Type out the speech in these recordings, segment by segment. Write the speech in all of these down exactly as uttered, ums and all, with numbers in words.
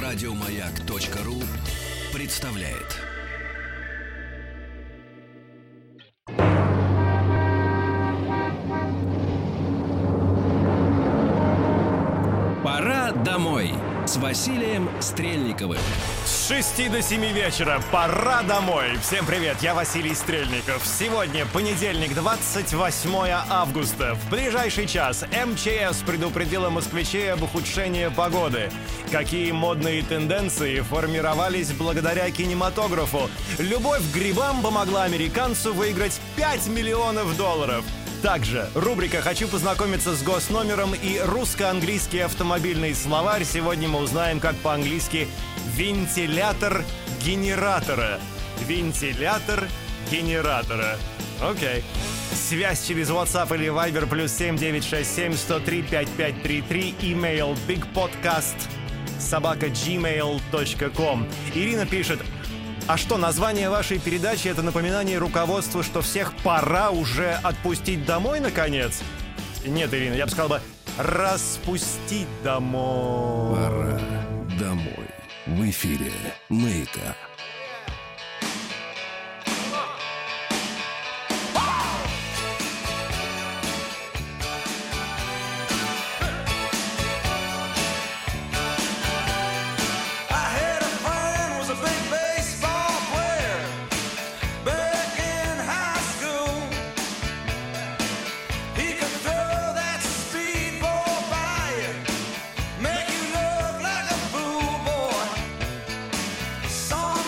Радиомаяк.ру представляет. Пора домой с Василием Стрельниковым. С шести до семи вечера. Пора домой. Всем привет, я Василий Стрельников. Сегодня понедельник, двадцать восьмое августа. В ближайший час эм че эс предупредила москвичей об ухудшении погоды. Какие модные тенденции формировались благодаря кинематографу. Любовь к грибам помогла американцу выиграть пять миллионов долларов. Также рубрика «Хочу познакомиться с госномером» и русско-английский автомобильный словарь. Сегодня мы узнаем, как по-английски «вентилятор генератора». Вентилятор генератора. Окей. Связь через WhatsApp или Viber плюс семь девятьсот шестьдесят семь сто три пятьдесят пять тридцать три. Имейл bigpodcast собака gmail точка ком. Ирина пишет: а что, название вашей передачи — это напоминание руководству, что всех пора уже отпустить домой, наконец? Нет, Ирина, я бы сказал бы распустить домой. Пора домой. В эфире Маяка. Song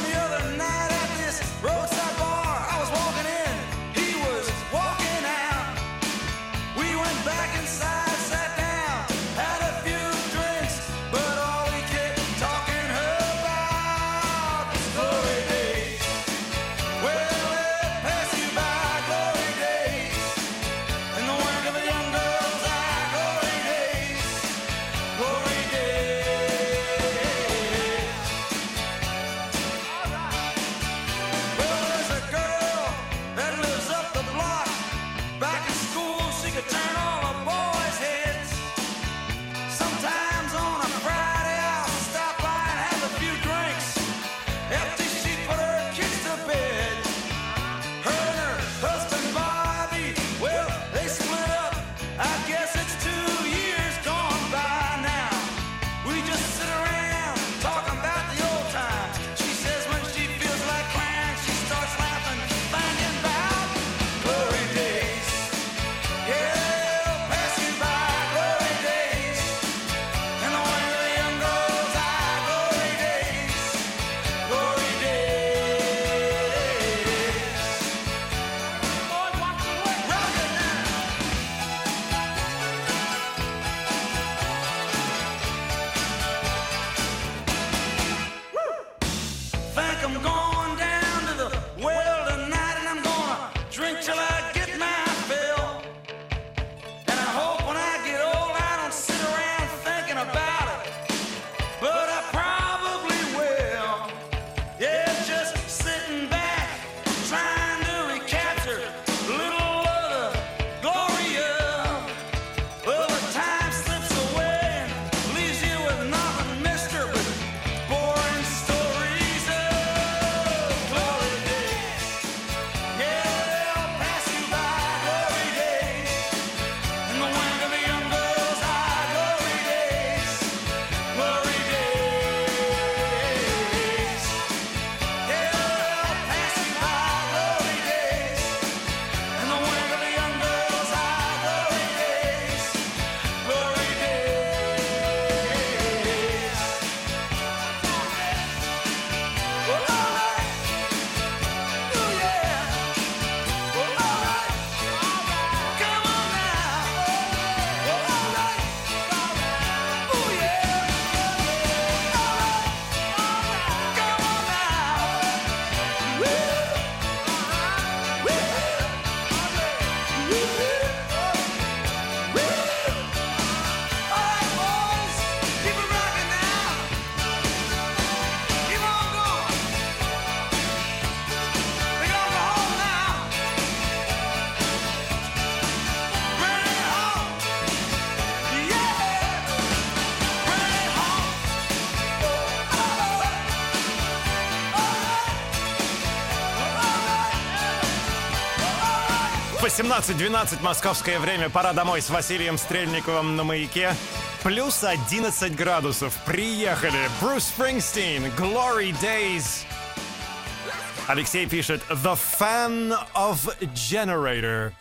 восемнадцать двенадцать московское время. Пора домой с Василием Стрельниковым на Маяке. Плюс одиннадцать градусов. Приехали. Брюс Спрингстин, Glory Days. Алексей пишет The Fan of Generator.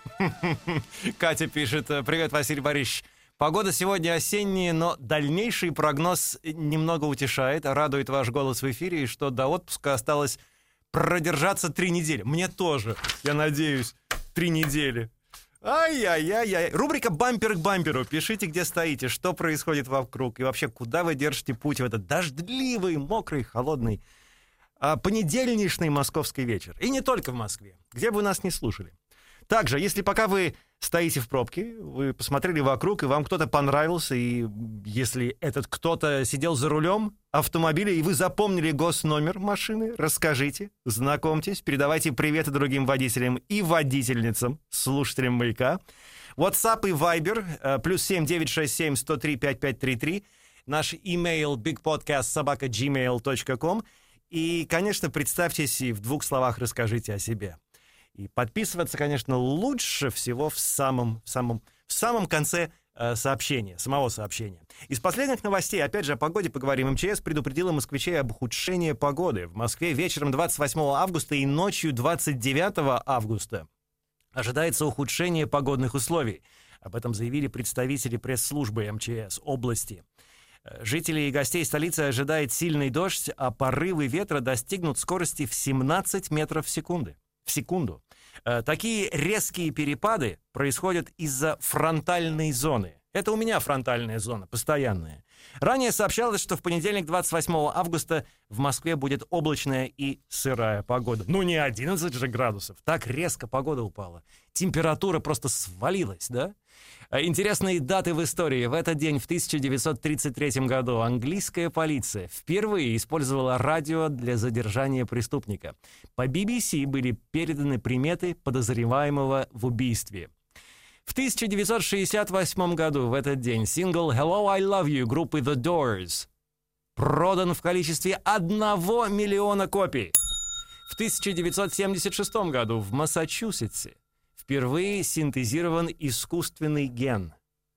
Катя пишет: привет, Василий Борисович. Погода сегодня осенняя, но дальнейший прогноз немного утешает. Радует ваш голос в эфире, и что до отпуска осталось продержаться три недели. Мне тоже, я надеюсь, три недели. Ай-яй-яй-яй. Рубрика «Бампер к бамперу». Пишите, где стоите, что происходит вокруг, и вообще, куда вы держите путь в этот дождливый, мокрый, холодный, а, понедельничный московский вечер. И не только в Москве, где бы вы нас не слушали. Также, если пока вы стоите в пробке, вы посмотрели вокруг, и вам кто-то понравился, и если этот кто-то сидел за рулем автомобиля, и вы запомнили госномер машины, расскажите, знакомьтесь, передавайте приветы другим водителям и водительницам, слушателям «Маяка». WhatsApp и Viber, плюс семь девятьсот шестьдесят семь сто три пятьдесят пять тридцать три, наш имейл bigpodcast собака gmail точка ком. И, конечно, представьтесь и в двух словах расскажите о себе. И подписываться, конечно, лучше всего в самом, в самом, в самом конце э, сообщения, самого сообщения. Из последних новостей, опять же, о погоде поговорим. МЧС предупредила москвичей об ухудшении погоды. В Москве вечером двадцать восьмого августа и ночью двадцать девятого августа ожидается ухудшение погодных условий. Об этом заявили представители пресс-службы МЧС области. Жителей и гостей столицы ожидает сильный дождь, а порывы ветра достигнут скорости в семнадцать метров в секунду. В секунду. Такие резкие перепады происходят из-за фронтальной зоны. Это у меня фронтальная зона, постоянная. Ранее сообщалось, что в понедельник, двадцать восьмого августа, в Москве будет облачная и сырая погода. Ну, не одиннадцать же градусов. Так резко погода упала. Температура просто свалилась, да? Интересные даты в истории. В этот день, в тысяча девятьсот тридцать третьем году, английская полиция впервые использовала радио для задержания преступника. По би би си были переданы приметы подозреваемого в убийстве. В тысяча девятьсот шестьдесят восьмом году в этот день сингл «Hello, I Love You» группы The Doors продан в количестве одного миллиона копий. В тысяча девятьсот семьдесят шестом году в Массачусетсе впервые синтезирован искусственный ген.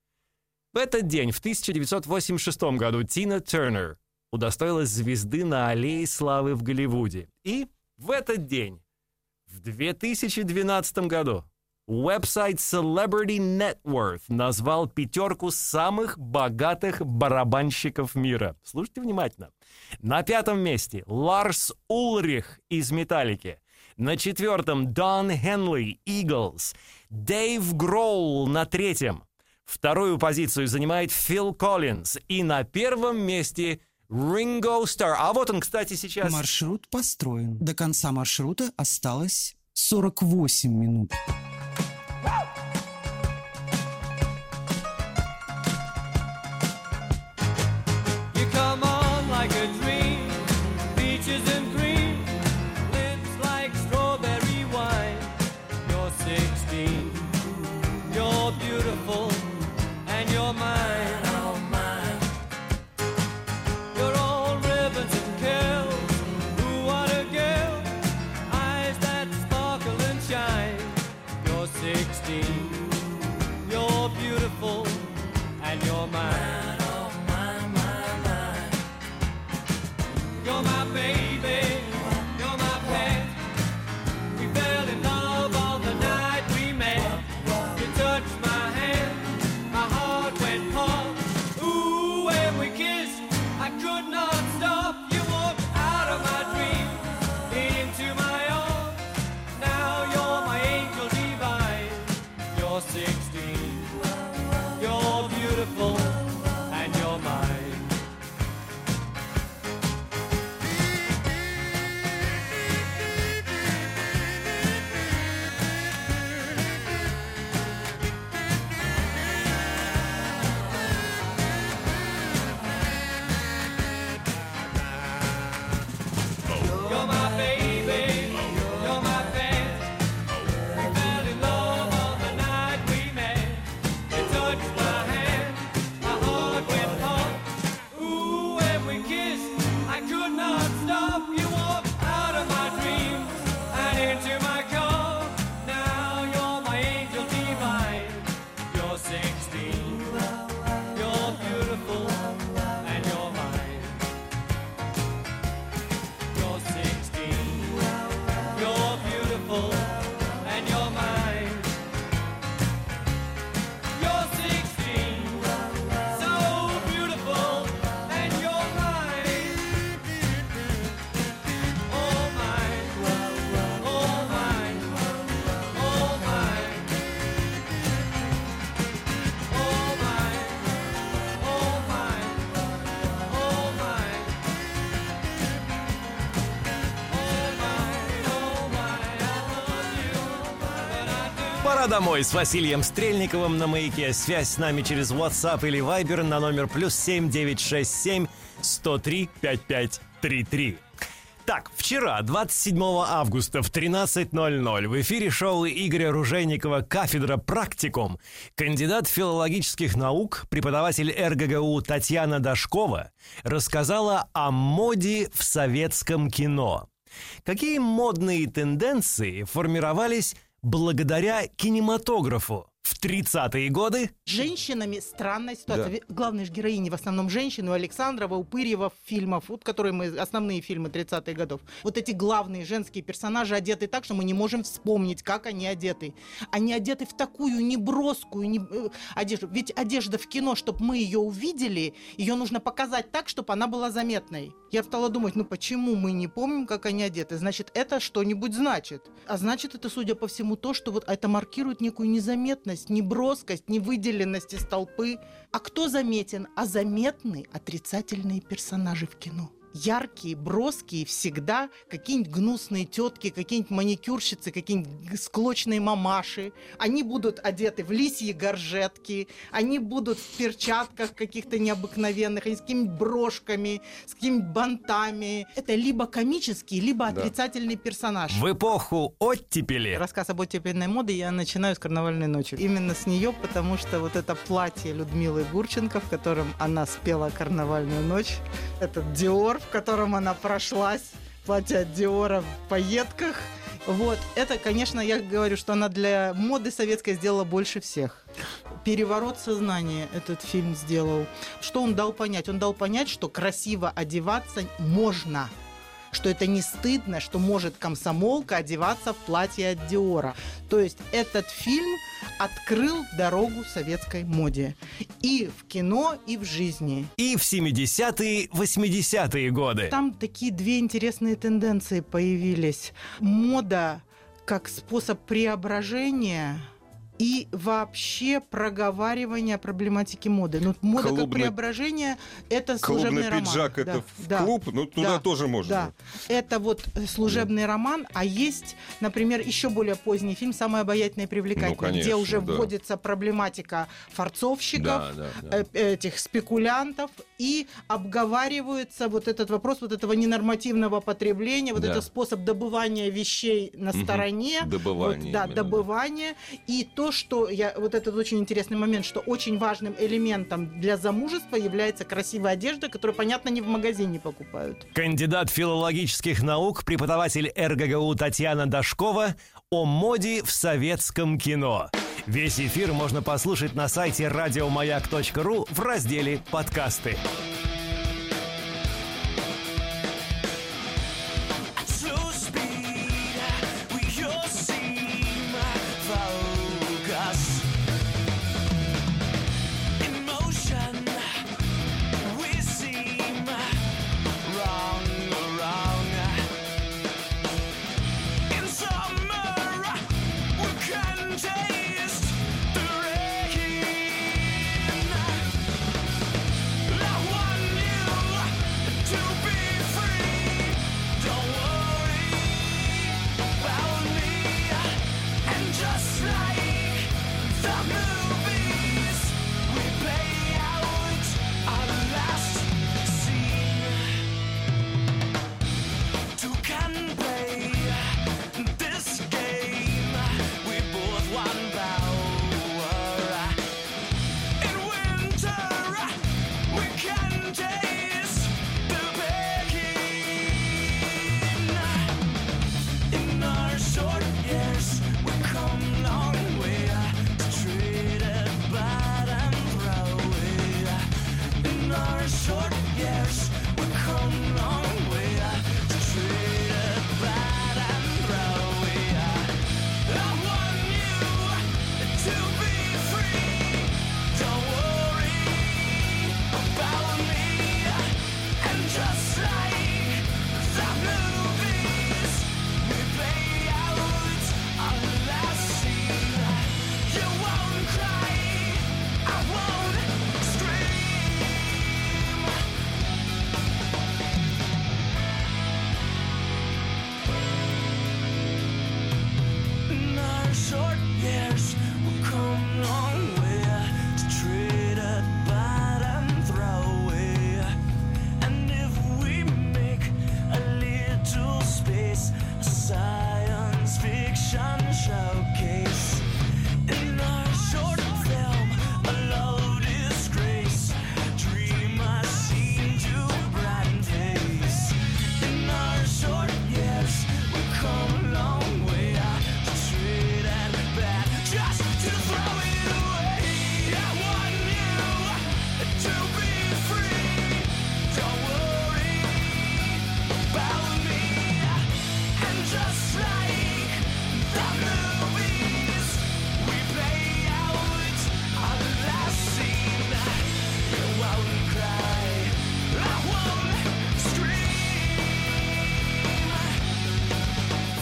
В этот день, в тысяча девятьсот восемьдесят шестом году, Тина Тернер удостоилась звезды на Аллее Славы в Голливуде. И в этот день, в две тысячи двенадцатом году, веб-сайт Celebrity Net Worth назвал пятерку самых богатых барабанщиков мира. Слушайте внимательно. На пятом месте Ларс Ульрих из «Металлики». На четвертом Дон Хенли, Eagles. Дэйв Гроул на третьем. Вторую позицию занимает Фил Коллинз. И на первом месте Ринго Стар. А вот он, кстати, сейчас... Маршрут построен. До конца маршрута осталось сорок восемь минут. Пора домой с Василием Стрельниковым на Маяке. Связь с нами через WhatsApp или Viber на номер плюс семь девятьсот шестьдесят семь сто три пятьдесят пять тридцать три. Так, вчера, двадцать седьмого августа в тринадцать ноль ноль в эфире шоу Игоря Ружейникова «Кафедра практикум» кандидат филологических наук, преподаватель эр гэ гэ у Татьяна Дашкова рассказала о моде в советском кино. Какие модные тенденции формировались благодаря кинематографу в тридцатые годы? Женщинами странная ситуация. Да. Главные же героини в основном женщины, у Александрова, у Пырьева фильмов, вот, которые мы, основные фильмы тридцатых годов. Вот эти главные женские персонажи одеты так, что мы не можем вспомнить, как они одеты. Они одеты в такую неброскую не, э, одежду. Ведь одежда в кино, чтобы мы ее увидели, ее нужно показать так, чтобы она была заметной. Я стала думать, ну почему мы не помним, как они одеты? Значит, это что-нибудь значит. А значит, это, судя по всему, то, что вот это маркирует некую незаметность, неброскость, невыделенность из толпы. А кто заметен? А заметны отрицательные персонажи в кино. Яркие, броские, всегда какие-нибудь гнусные тетки, какие-нибудь маникюрщицы, какие-нибудь склочные мамаши. Они будут одеты в лисьи горжетки, они будут в перчатках каких-то необыкновенных, они с какими-нибудь брошками, с какими-нибудь бантами. Это либо комический, либо отрицательный да. персонаж. В эпоху оттепели. Рассказ об оттепельной моде я начинаю с «Карнавальной ночи». Именно с нее, потому что вот это платье Людмилы Гурченко, в котором она спела «Карнавальную ночь», этот Диор, в котором она прошлась, платье от Диора в пайетках. Вот, это, конечно, я говорю, что она для моды советской сделала больше всех. Переворот сознания этот фильм сделал. Что он дал понять? Он дал понять, что красиво одеваться можно. Что это не стыдно, что может комсомолка одеваться в платье от Диора. То есть этот фильм открыл дорогу советской моде. И в кино, и в жизни. И в семидесятые, восьмидесятые годы. Там такие две интересные тенденции появились. Мода как способ преображения и вообще проговаривание проблематики моды. Ну, мода Клубный, как преображение — это служебный роман. Клубный пиджак — это да, в да, клуб, ну туда да, тоже можно. Да, это вот служебный да. роман, а есть, например, еще более поздний фильм «Самая обаятельная и привлекательная», ну, конечно, где уже да. вводится проблематика форцовщиков, да, да, да. Э- этих спекулянтов, и обговаривается вот этот вопрос вот этого ненормативного потребления, вот да. этот способ добывания вещей на угу. стороне. Добывание. Вот, да, именно, добывание. Да. И то, что я, вот этот очень интересный момент, что очень важным элементом для замужества является красивая одежда, которую, понятно, не в магазине покупают. Кандидат филологических наук, преподаватель эр гэ гэ у Татьяна Дашкова о моде в советском кино. Весь эфир можно послушать на сайте радиомаяк точка ру в разделе «Подкасты». One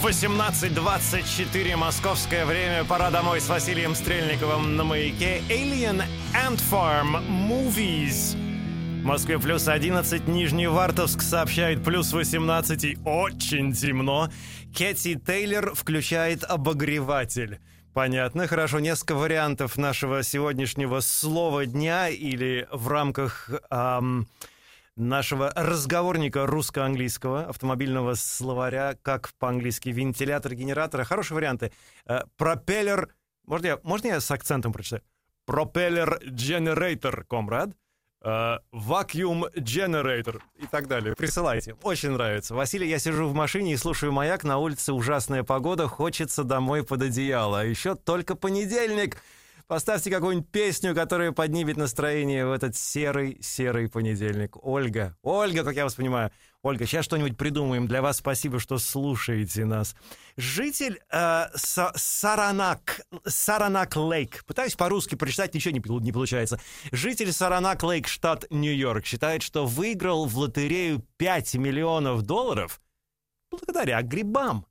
восемнадцать двадцать четыре московское время. Пора домой с Василием Стрельниковым на Маяке. Alien Ant Farm Movies. В Москве плюс одиннадцать, Нижневартовск сообщает плюс восемнадцать и очень темно. Кэти Тейлор включает обогреватель. Понятно, хорошо. Несколько вариантов нашего сегодняшнего слова дня или в рамках эм, нашего разговорника русско-английского, автомобильного словаря, как по-английски вентилятор генератора. Хорошие варианты. Э, пропеллер... Можно я, можно я с акцентом прочитаю? Пропеллер generator, комрад. Vacuum Generator и так далее. Присылайте. Очень нравится. Василий, я сижу в машине и слушаю «Маяк». На улице ужасная погода. Хочется домой под одеяло. А еще только понедельник. Поставьте какую-нибудь песню, которая поднимет настроение в этот серый-серый понедельник. Ольга. Ольга, как я вас понимаю. Ольга, сейчас что-нибудь придумаем. Для вас спасибо, что слушаете нас. Житель э, Саранак, Саранак Лейк. Пытаюсь по-русски прочитать, ничего не, не получается. Житель Саранак Лейк, штат Нью-Йорк, считает, что выиграл в лотерею пять миллионов долларов благодаря грибам.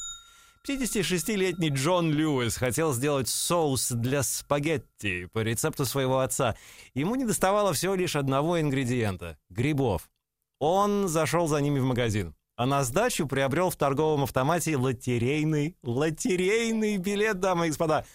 пятидесятишестилетний Джон Льюис хотел сделать соус для спагетти по рецепту своего отца. Ему недоставало всего лишь одного ингредиента — грибов. Он зашел за ними в магазин, а на сдачу приобрел в торговом автомате лотерейный, лотерейный билет, дамы и господа.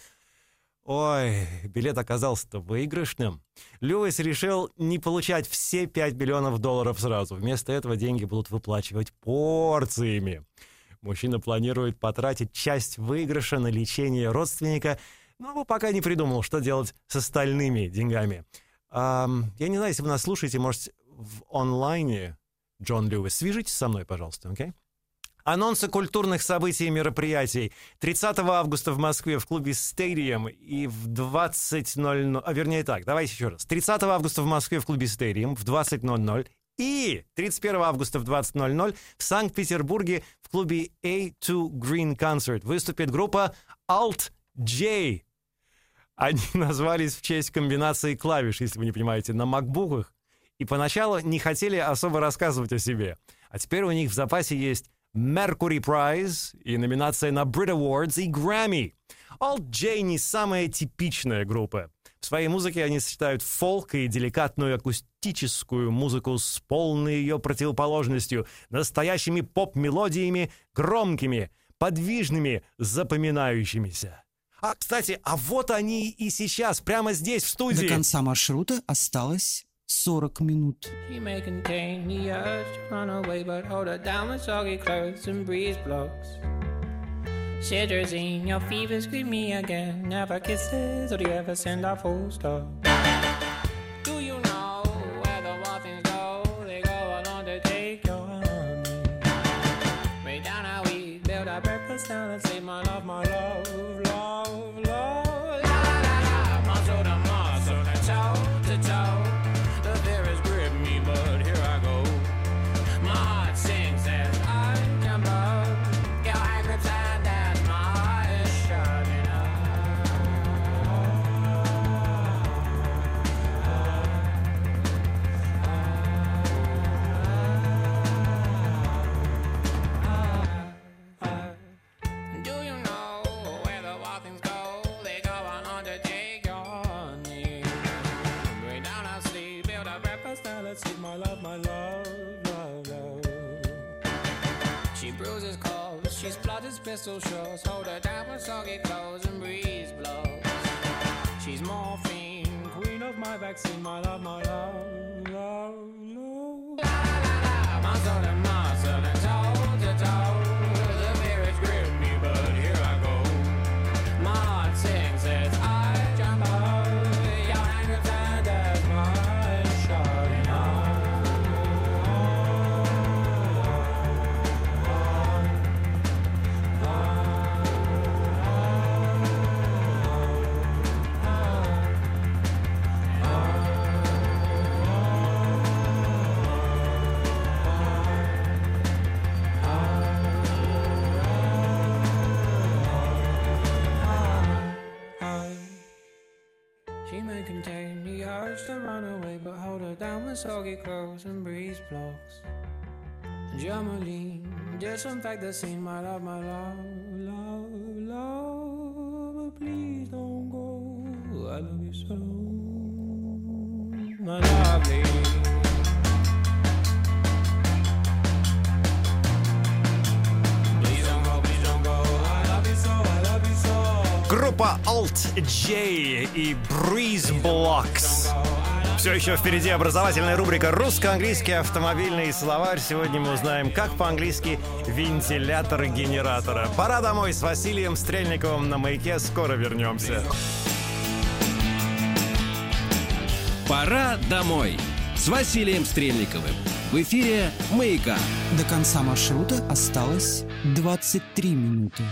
Ой, билет оказался-то выигрышным. Льюис решил не получать все пять миллионов долларов сразу. Вместо этого деньги будут выплачивать порциями. Мужчина планирует потратить часть выигрыша на лечение родственника, но пока не придумал, что делать с остальными деньгами. Um, я не знаю, если вы нас слушаете, может, в онлайне, Джон Льюис, свяжитесь со мной, пожалуйста, окей? Okay? Анонсы культурных событий и мероприятий. тридцатого августа в Москве в клубе Stadium и в двадцать ноль ноль... А, вернее так, давайте еще раз. тридцатого августа в Москве в клубе Stadium в двадцать ноль ноль и тридцать первого августа в двадцать ноль ноль в Санкт-Петербурге в клубе эй два Green Concert выступит группа Alt-J. Они назвались в честь комбинации клавиш, если вы не понимаете, на макбуках. И поначалу не хотели особо рассказывать о себе. А теперь у них в запасе есть Mercury Prize и номинация на Brit Awards и Grammy. Alt-J не самая типичная группа. В своей музыке они сочетают фолк и деликатную акустическую музыку с полной ее противоположностью, настоящими поп-мелодиями, громкими, подвижными, запоминающимися. А, кстати, а вот они и сейчас, прямо здесь, в студии. До конца маршрута осталось сорок минут. She may contain the urge to run away, but hold her down with soggy clothes and breeze blocks. Cetirizine, your fever, scream me again. Never kisses, or do you ever send a full stop? Do you know where the muffins go? They go along to take your honey. Way down how we build our breakfast down and say, my love, my love, love, love. La la la la, muscle to muscle, to toe to toe. The fear has gripped me, but here I go. My heart sings as I jump up. Your angry time as my eyes shining up. Do you know where the wild things go? They go on on to take your honey. Bring down our sleep, build a breakfast, now let's eat my love, my love, love, love. She bruises calls, she splutters pistol shots. Hold her down with soggy clothes and breeze blows. She's morphine, queen of my vaccine, my love, my love, love, love. La la la, muscle to muscle and toe to toe. The fear has gripped me, but here I go. My heart sings as I jump up. Your anger turned as my eyes shining She may contain the urge to run away, but hold her down with soggy clothes and breeze blocks. Jamaline, disinfect the scene, my love, my love, love, love. But please don't go. I love you so, my lovely. Группа Alt J и Breeze Blocks. Все еще впереди образовательная рубрика «Русско-английский автомобильный словарь». Сегодня мы узнаем, как по-английски вентилятор генератора. Пора домой с Василием Стрельниковым на «Маяке». Скоро вернемся. Пора домой с Василием Стрельниковым. В эфире «Маяка». До конца маршрута осталось двадцать три минуты.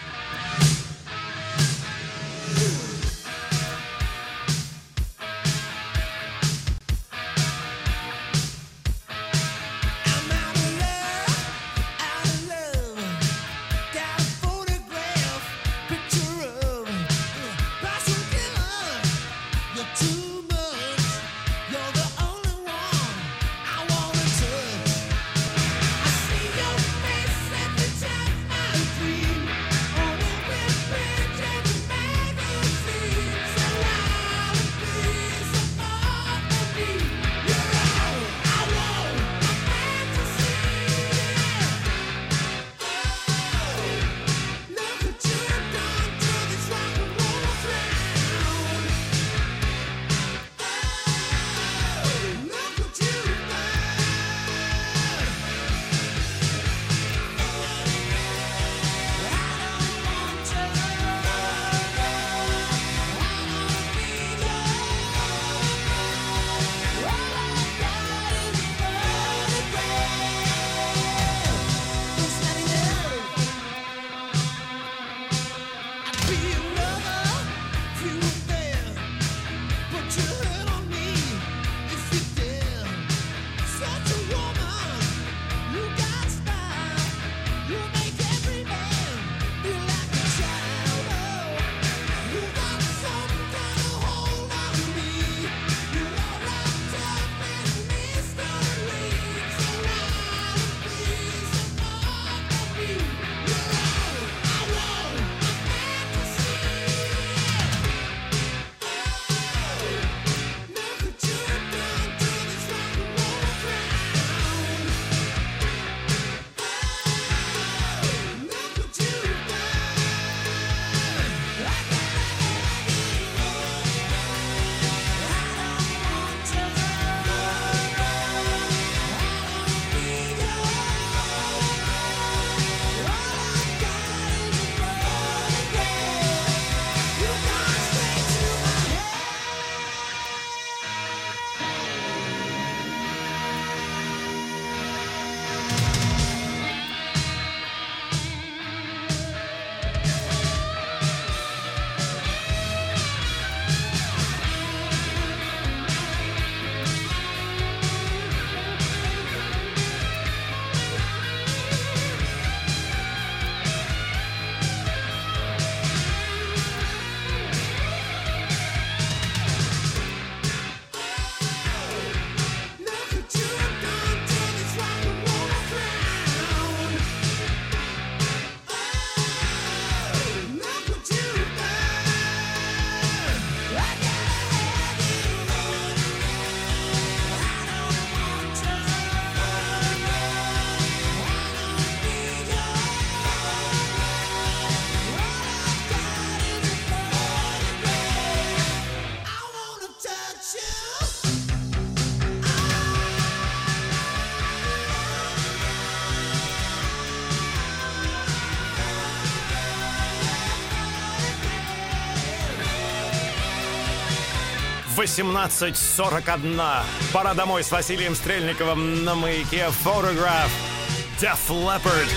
восемнадцать сорок один. Пора домой с Василием Стрельниковым на «Маяке». Photograph. Def Leppard.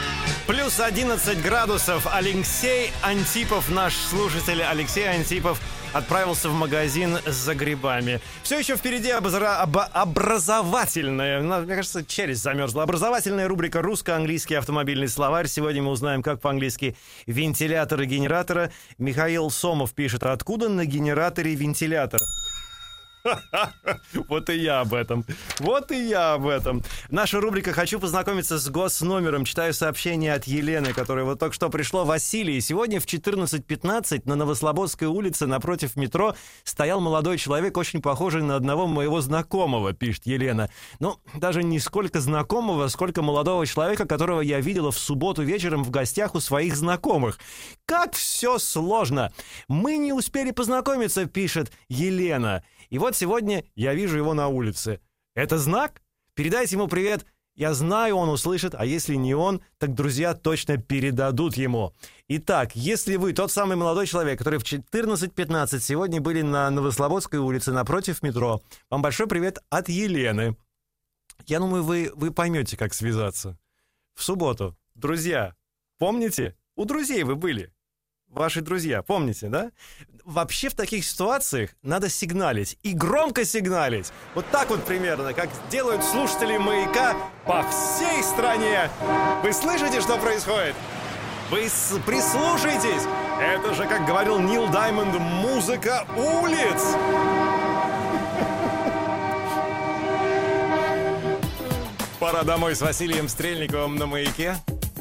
Плюс одиннадцать градусов. Алексей Антипов, наш слушатель Алексей Антипов, отправился в магазин за грибами. Все еще впереди обозра... об... образовательная, мне кажется, челюсть замерзла. Образовательная рубрика «Русско-английский автомобильный словарь». Сегодня мы узнаем, как по-английски вентилятор и генератора. Михаил Сомов пишет: откуда на генераторе вентилятор? Вот и я об этом. Вот и я об этом. Наша рубрика «Хочу познакомиться с госномером». Читаю сообщение от Елены, которое вот только что пришло. Василий. Сегодня в четырнадцать пятнадцать на Новослободской улице напротив метро стоял молодой человек, очень похожий на одного моего знакомого, пишет Елена. Ну, даже не сколько знакомого, сколько молодого человека, которого я видела в субботу вечером в гостях у своих знакомых. Как все сложно. Мы не успели познакомиться, пишет Елена. И вот сегодня я вижу его на улице. Это знак? Передайте ему привет. Я знаю, он услышит, а если не он, так друзья точно передадут ему. Итак, если вы тот самый молодой человек, который в четырнадцать пятнадцать сегодня были на Новослободской улице напротив метро, вам большой привет от Елены. Я думаю, вы, вы поймете, как связаться. В субботу. Друзья, помните? У друзей вы были. Ваши друзья, помните, да? Вообще в таких ситуациях надо сигналить. И громко сигналить. Вот так вот примерно, как делают слушатели «Маяка» по всей стране. Вы слышите, что происходит? Вы с- прислушайтесь. Это же, как говорил Нил Даймонд, музыка улиц. Пора домой с Василием Стрельниковым на «Маяке».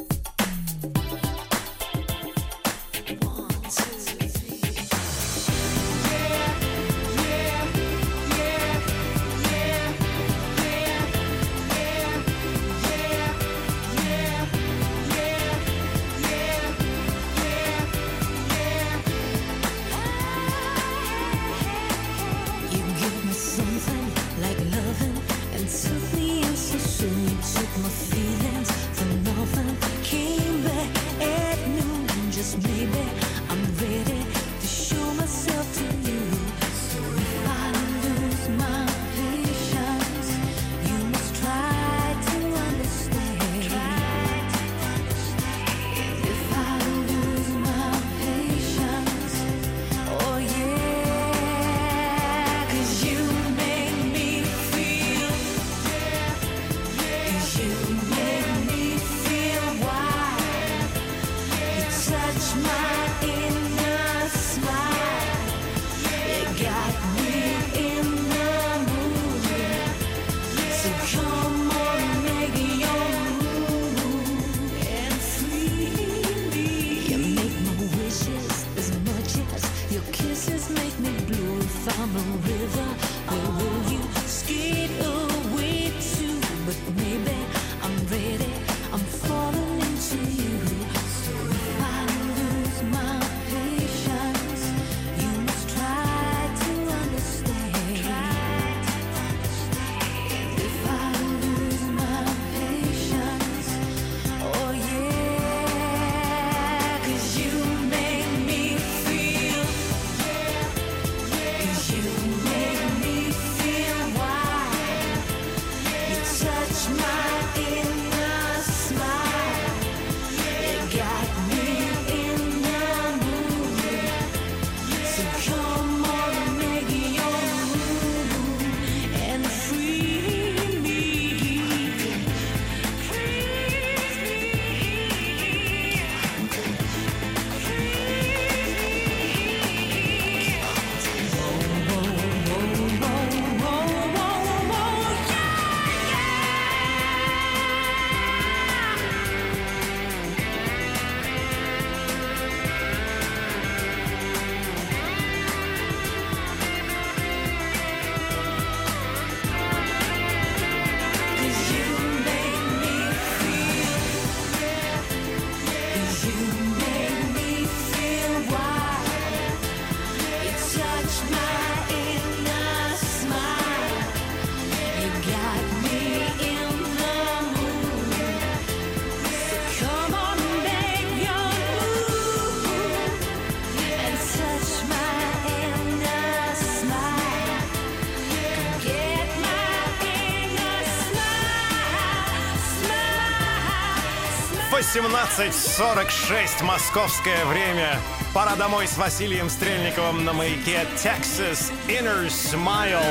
восемнадцать сорок шесть московское время. Пора домой с Василием Стрельниковым на «Маяке». Texas Inner Smile.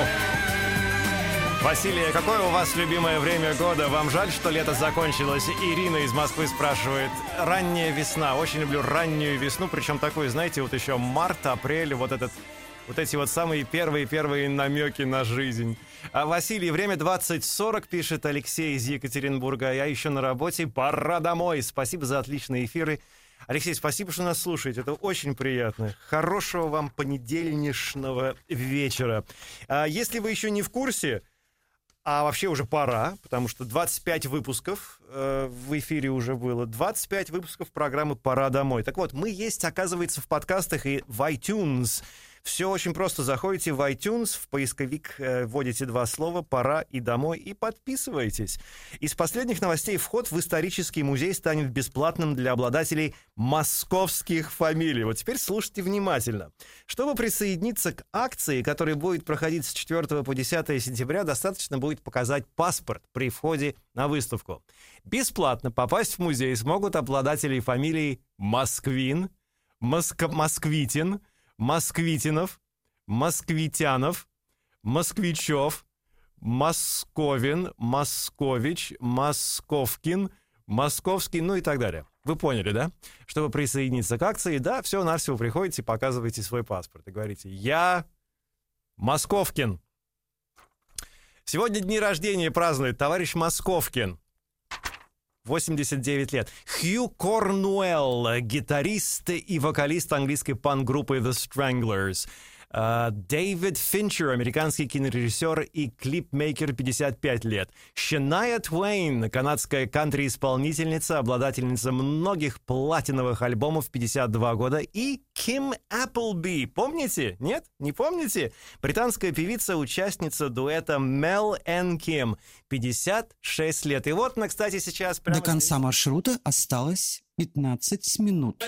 Василий, какое у вас любимое время года? Вам жаль, что лето закончилось? Ирина из Москвы спрашивает. Ранняя весна. Очень люблю раннюю весну, причем такую, знаете, вот еще март, апрель, вот этот Вот эти вот самые первые-первые намеки на жизнь. А, Василий, время двадцать сорок, пишет Алексей из Екатеринбурга. Я еще на работе, пора домой. Спасибо за отличные эфиры. Алексей, спасибо, что нас слушаете. Это очень приятно. Хорошего вам понедельничного вечера. А если вы еще не в курсе, а вообще уже пора, потому что двадцать пять выпусков э, в эфире уже было. двадцать пять выпусков программы «Пора домой». Так вот, мы есть, оказывается, в подкастах и в iTunes. Все очень просто. Заходите в iTunes, в поисковик э, вводите два слова «Пора» и «Домой» и подписывайтесь. Из последних новостей: вход в исторический музей станет бесплатным для обладателей московских фамилий. Вот теперь слушайте внимательно. Чтобы присоединиться к акции, которая будет проходить с четвёртого по десятое сентября, достаточно будет показать паспорт при входе на выставку. Бесплатно попасть в музей смогут обладатели фамилий Москвин, Моск... Москвитин, Москвитинов, Москвитянов, Москвичев, Московин, Москович, Московкин, Московский, ну и так далее. Вы поняли, да? Чтобы присоединиться к акции, да, всего-навсего приходите, показываете свой паспорт и говорите: «Я Московкин». Сегодня дни рождения празднует товарищ Московкин. восемьдесят девять лет. Хью Корнуэлл, гитарист и вокалист английской панк-группы The Stranglers. Дэвид Финчер, американский кинорежиссер и клипмейкер, пятьдесят пять лет. Шания Твейн, канадская кантри-исполнительница, обладательница многих платиновых альбомов, пятьдесят два года. И Ким Appleby. Помните? Нет? Не помните? Британская певица, участница дуэта Mel and Kim, пятьдесят шесть лет. И вот она, кстати, сейчас прямо До конца здесь. маршрута осталось пятнадцать минут.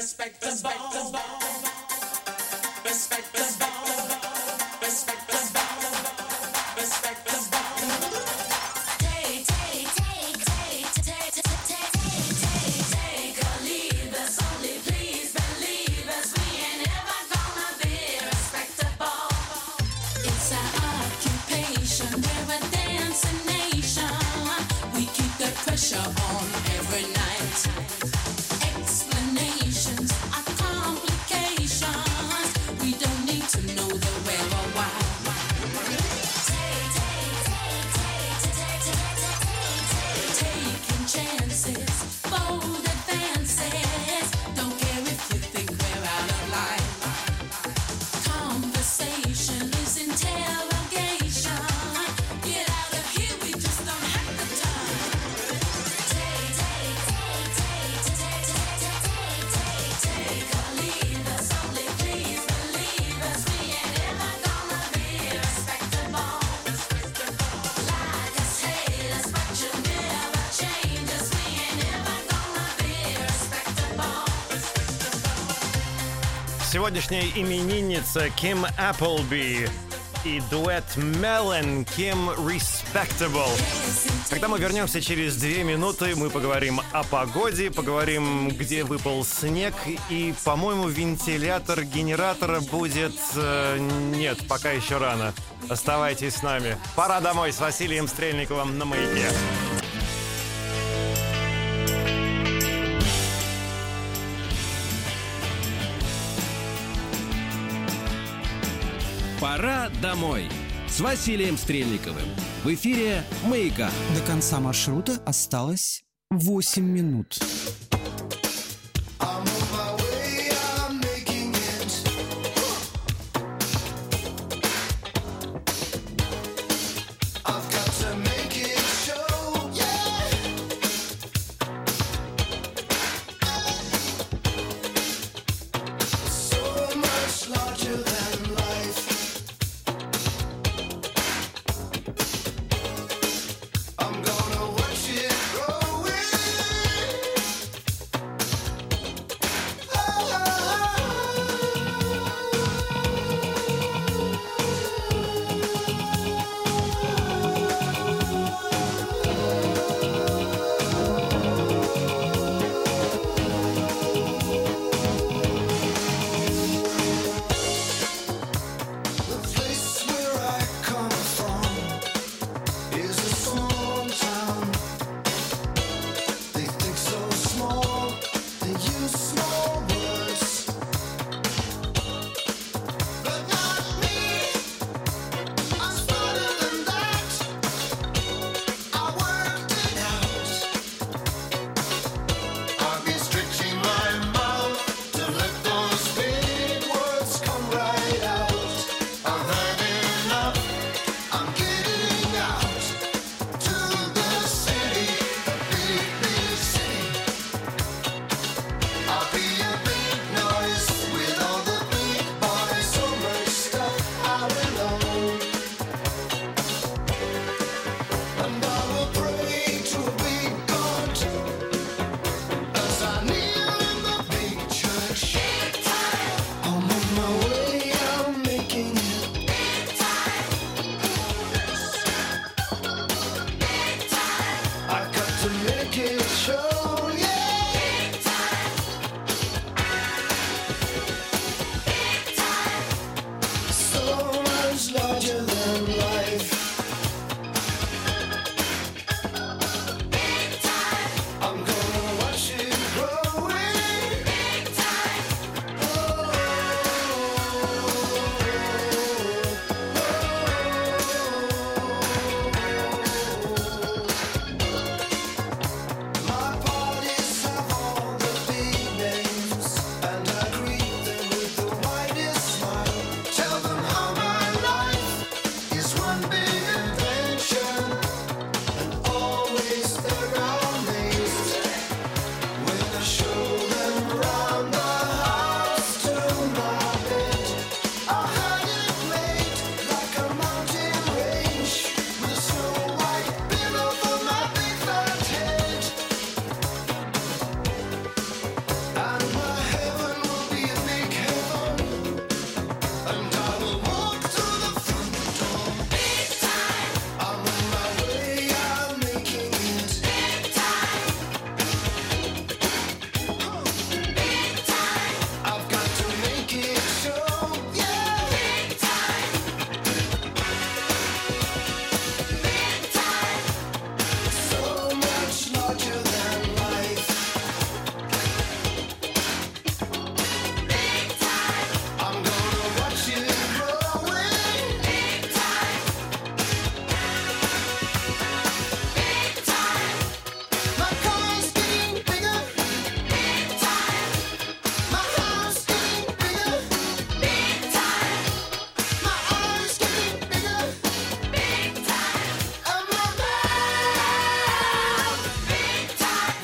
Pressure on every night. Explanations are complications. We don't need to know the where or why. Take, take, take, take, take, take, taking chances, bold advances. Don't care if you think we're out of line. Conversation is interrogation. Get out of here, we just don't have the time. Сегодняшняя именинница Ким Appleby и дуэт Mel and Kim Respectable. Когда мы вернемся через две минуты, мы поговорим о погоде, поговорим, где выпал снег, и, по-моему, вентилятор генератора будет... Э, нет, пока еще рано. Оставайтесь с нами. Пора домой с Василием Стрельниковым на «Маяке». «Пора домой» с Василием Стрельниковым. В эфире «Маяка». До конца маршрута осталось восемь минут. I'm gonna watch it grow in.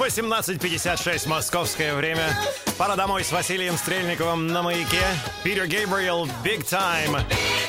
восемнадцать пятьдесят шесть московское время. Пора домой с Василием Стрельниковым на маяке. Питер Гейбриэл, Big Time.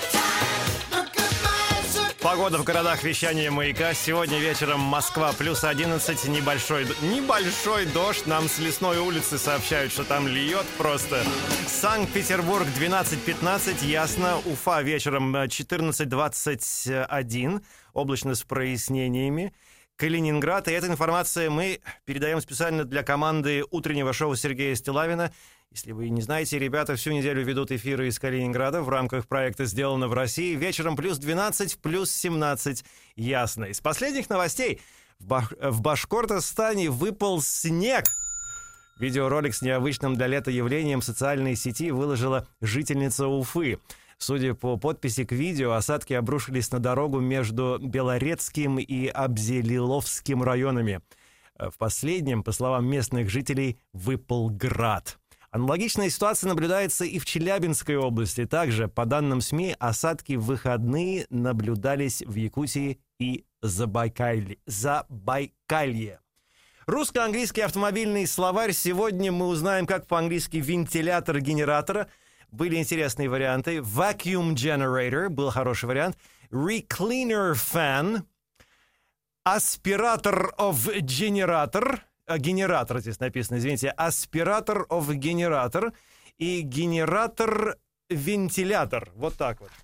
Погода в городах вещания маяка. Сегодня вечером Москва плюс одиннадцать. Небольшой, небольшой дождь. Нам с Лесной улицы сообщают, что там льет просто. Санкт-Петербург двенадцать пятнадцать. Ясно. Уфа вечером четырнадцать двадцать один. Облачно с прояснениями. Калининград. И эту информацию мы передаем специально для команды утреннего шоу Сергея Стиллавина. Если вы не знаете, ребята всю неделю ведут эфиры из Калининграда в рамках проекта «Сделано в России». Вечером плюс двенадцать, плюс семнадцать. Ясно. Из последних новостей. В, Баш... в Башкортостане выпал снег. Видеоролик с необычным для лета явлением в социальной сети выложила жительница Уфы. Судя по подписи к видео, осадки обрушились на дорогу между Белорецким и Абзелиловским районами. В последнем, по словам местных жителей, выпал град. Аналогичная ситуация наблюдается и в Челябинской области. Также, по данным СМИ, осадки в выходные наблюдались в Якутии и Забайкалье. Забайкалье. Русско-английский автомобильный словарь. Сегодня мы узнаем, как по-английски вентилятор генератора. Были интересные варианты. Vacuum generator был хороший вариант. Recleaner fan. Aspirator of generator. Генератор здесь написано, извините. Аспиратор of генератор и генератор-вентилятор. Вот так вот.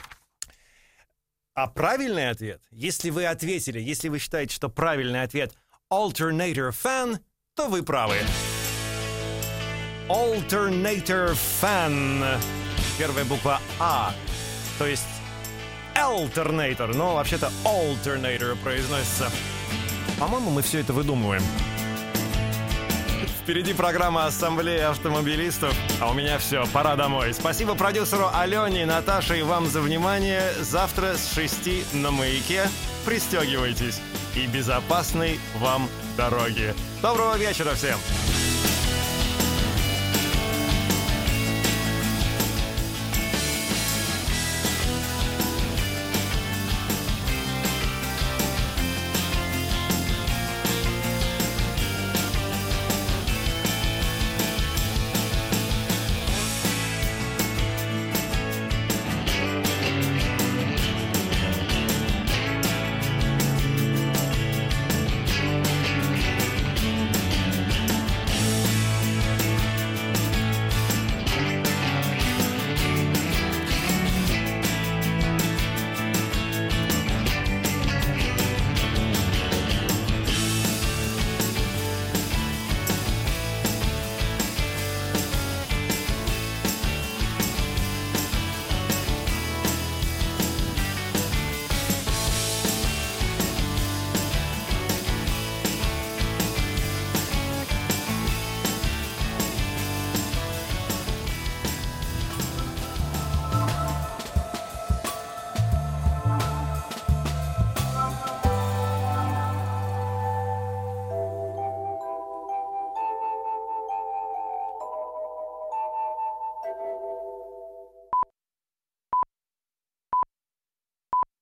А правильный ответ, если вы ответили, если вы считаете, что правильный ответ alternator fan, то вы правы. Alternator fan. Первая буква А. То есть alternator, но вообще-то alternator произносится. По-моему, мы все это выдумываем. Впереди программа «Ассамблея автомобилистов». А у меня все, пора домой. Спасибо продюсеру Алене, Наташе и вам за внимание. Завтра с шести на маяке. Пристегивайтесь. И безопасной вам дороги. Доброго вечера всем!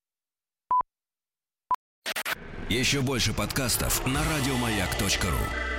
Еще больше подкастов на радиомаяк точка ру.